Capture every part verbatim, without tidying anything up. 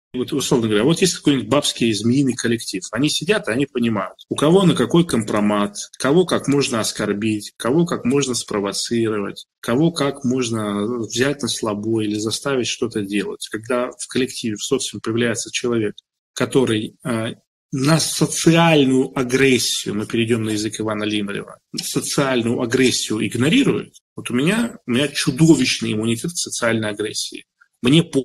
Вот, условно говоря, вот есть какой-нибудь бабский змеиный коллектив. Они сидят, и они понимают, у кого на какой компромат, кого как можно оскорбить, кого как можно спровоцировать, кого как можно взять на слабо или заставить что-то делать. Когда в коллективе, в социуме появляется человек, который э, на социальную агрессию, мы перейдем на язык Ивана Лимарева, социальную агрессию игнорирует, вот у меня, у меня чудовищный иммунитет к социальной агрессии. Мне похуй.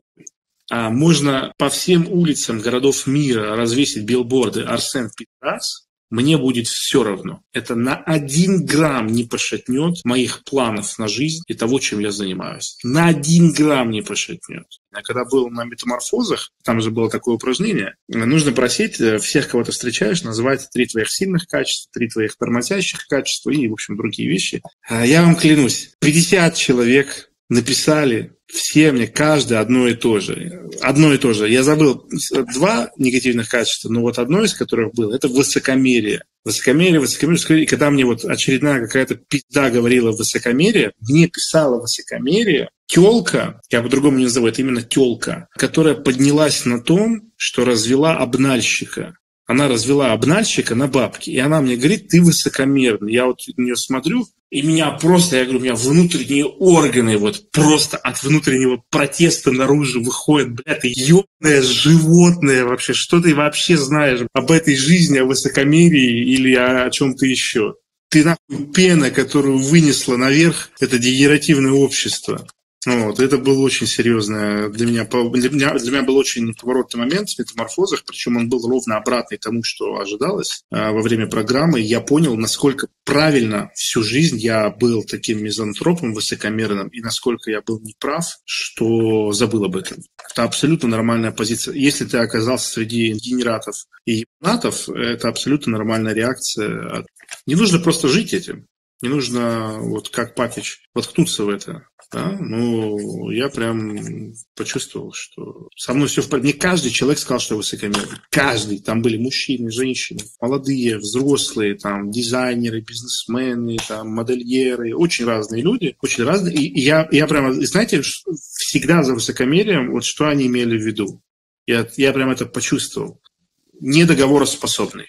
А можно по всем улицам городов мира развесить билборды «Арсен Пидарас», мне будет все равно. Это на один грамм не пошатнет моих планов на жизнь и того, чем я занимаюсь. На один грамм не пошатнет. Я когда был на метаморфозах, там же было такое упражнение, нужно просить всех, кого ты встречаешь, называть три твоих сильных качества, три твоих тормозящих качества и, в общем, другие вещи. Я вам клянусь, пятьдесят человек написали все мне, каждый одно и то же. Одно и то же. Я забыл два негативных качества, но вот одно из которых было, это высокомерие. Высокомерие, высокомерие. И когда мне вот очередная какая-то пизда говорила высокомерие, мне писала высокомерие тёлка, я по-другому не назову, это именно тёлка, которая поднялась на том, что развела обнальщика. Она развела обнальщика на бабки, и она мне говорит, ты высокомерный. Я вот на нее смотрю, и меня просто, я говорю, у меня внутренние органы вот просто от внутреннего протеста наружу выходят. Бля, ты ёбаное животное вообще. Что ты вообще знаешь об этой жизни, о высокомерии или о чем-то еще? Ты нахуй пена, которую вынесло наверх это дегенеративное общество. Вот, это был очень серьезный для меня, для меня, для меня был очень поворотный момент в метаморфозах, причем он был ровно обратный тому, что ожидалось а, во время программы. Я понял, насколько правильно всю жизнь я был таким мизантропом высокомерным, и насколько я был неправ, что забыл об этом. Это абсолютно нормальная позиция. Если ты оказался среди генератов и ебанатов, это абсолютно нормальная реакция. Не нужно просто жить этим. Не нужно, вот как Пакич, воткнуться в это. Да? Ну, я прям почувствовал, что со мной все в порядке. Не каждый человек сказал, что я высокомерный. Каждый. Там были мужчины, женщины, молодые, взрослые, там, дизайнеры, бизнесмены, там, модельеры. Очень разные люди. Очень разные. И я, я прямо, знаете, всегда за высокомерием, вот что они имели в виду. Я, я прям это почувствовал. Недоговороспособный.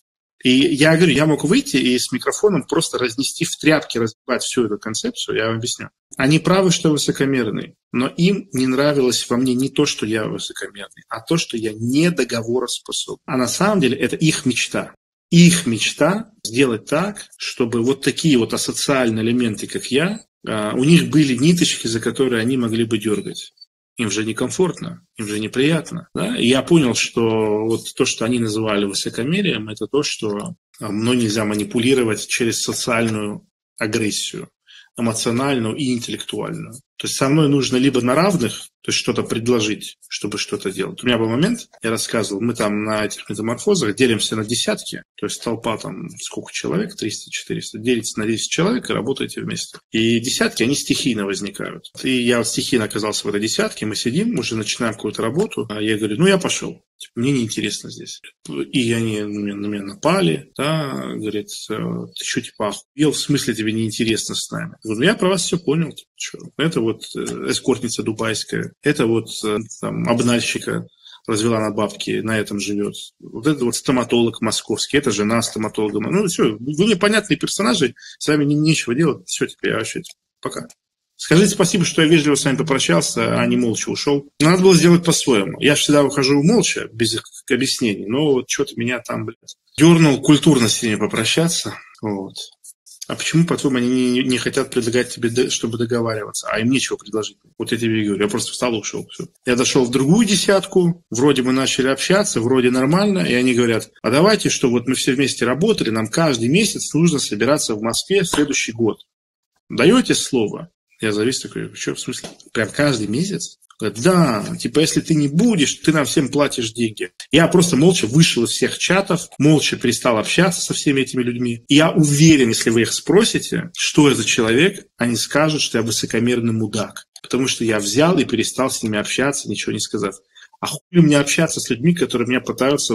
И я говорю, я мог выйти и с микрофоном просто разнести в тряпки, разбивать всю эту концепцию, я вам объясню. Они правы, что высокомерный, но им не нравилось во мне не то, что я высокомерный, а то, что я недоговороспособный. А на самом деле это их мечта. Их мечта сделать так, чтобы вот такие вот асоциальные элементы, как я, у них были ниточки, за которые они могли бы дергать. Им же некомфортно, им же неприятно. Да? И я понял, что вот то, что они называли высокомерием, это то, что мной нельзя манипулировать через социальную агрессию, эмоциональную и интеллектуальную. То есть со мной нужно либо на равных, то есть что-то предложить, чтобы что-то делать. У меня был момент, я рассказывал, мы там на этих метаморфозах делимся на десятки, то есть толпа там сколько человек, триста-четыреста, делится на десять человек и работаете вместе. И десятки, они стихийно возникают. И я вот стихийно оказался в этой десятке, мы сидим, уже начинаем какую-то работу, а я говорю, ну я пошел. Типа, мне неинтересно здесь. И они на меня, на меня напали, да, говорят, ты что, типа, охуел, в смысле тебе неинтересно с нами? Я говорю, ну я про вас все понял, типа, что? Это вот эскортница дубайская, это вот там обнальщика развела на бабки, на этом живет. Вот это вот стоматолог московский, это жена стоматолога. Ну все, вы непонятные персонажи, с вами нечего делать, все, теперь я вообще, пока. Скажите спасибо, что я вежливо с вами попрощался, а не молча ушел. Надо было сделать по-своему. Я всегда ухожу молча, без объяснений, но вот что-то меня там, блядь, дернул культурно с ними попрощаться. Вот. А почему, по-твоему, они не, не хотят предлагать тебе, чтобы договариваться? А им нечего предложить. Вот я тебе и говорю. Я просто встал и ушел. Все. Я дошел в другую десятку. Вроде мы начали общаться, вроде нормально. И они говорят, а давайте, что вот мы все вместе работали, нам каждый месяц нужно собираться в Москве в следующий год. Даете слово? Я завис такой, что, в смысле? Прям каждый месяц? Говорят, да, типа, если ты не будешь, ты нам всем платишь деньги. Я просто молча вышел из всех чатов, молча перестал общаться со всеми этими людьми. И я уверен, если вы их спросите, что я за человек, они скажут, что я высокомерный мудак. Потому что я взял и перестал с ними общаться, ничего не сказав. А хуй мне общаться с людьми, которые меня пытаются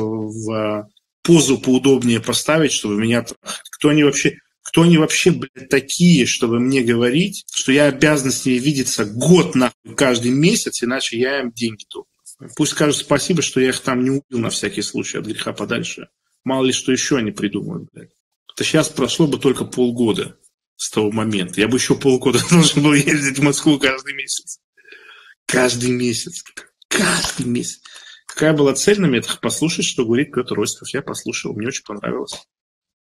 в позу поудобнее поставить, чтобы меня трахать? Кто они вообще... Кто они вообще, блядь, такие, чтобы мне говорить, что я обязан с ней видеться год нахуй каждый месяц, иначе я им деньги должен. Пусть скажут спасибо, что я их там не убил на всякий случай, от греха подальше. Мало ли, что еще они придумают, блядь. Это сейчас прошло бы только полгода с того момента. Я бы еще полгода должен был ездить в Москву каждый месяц. Каждый месяц. Каждый месяц. Какая была цель на метрах? Послушать, что говорит Петр Осипов. Я послушал, мне очень понравилось.